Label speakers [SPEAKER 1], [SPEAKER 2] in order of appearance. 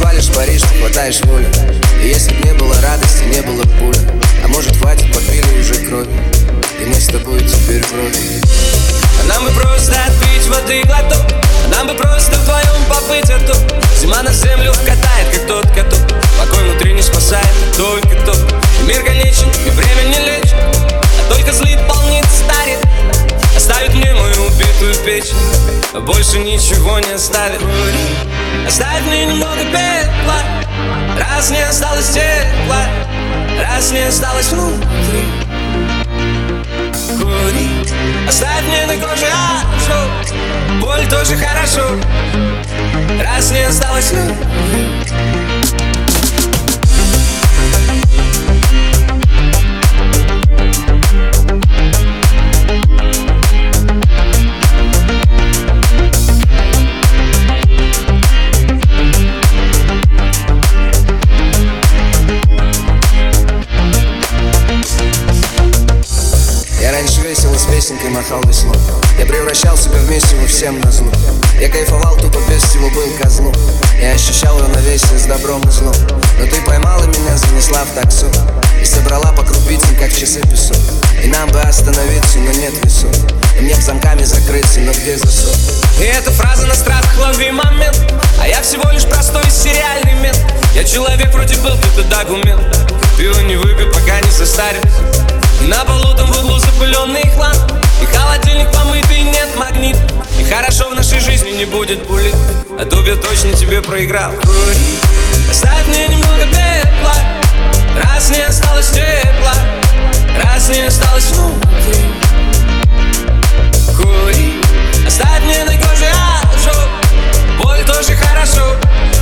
[SPEAKER 1] свалишь в Париж, ты хватаешь волю. И если б не было радости, не было б пули. А может хватит, попили уже кровь, и мы с тобой теперь вроде.
[SPEAKER 2] А нам бы просто отпить воды глоток, а нам бы просто вдвоем побыть, а то зима на землю катает, как тот каток. Покой внутри не спасает, только тот. И мир конечен, и время не лечит, а только злит, полнит, старит. Оставит мне мою убитую печень, а больше ничего не оставит. Оставь мне немного пепла, раз не осталось тепла, раз не осталось внутри. Кури, оставь мне на коже ожог, боль тоже хорошо, раз не осталось любви.
[SPEAKER 1] Я раньше весело с песенкой махал веслом. Я превращал себя в месиво всем на зло. Я кайфовал тупо без всего, был козлом. Я ощущал равновесие с добром и злом. Но ты поймала меня, занесла в таксу и собрала по крупицам, как в часы песок. И нам бы остановиться, но нет весов. И мне б замками закрыться, но где засов?
[SPEAKER 2] И эта фраза на стратах, лови момент. А я всего лишь простой сериальный мент. Я человек вроде был, ты тогда гумел. Пиво не выпил, пока не состарился. И на полу там в углу запыленный хлам, и холодильник помытый, нет магнит. И хорошо в нашей жизни не будет пули, а то я точно тебе проиграл. Кури, оставь мне немного пепла, раз не осталось тепла, раз не осталось внутри. Кури, оставь мне на коже ожог, боль тоже хорошо,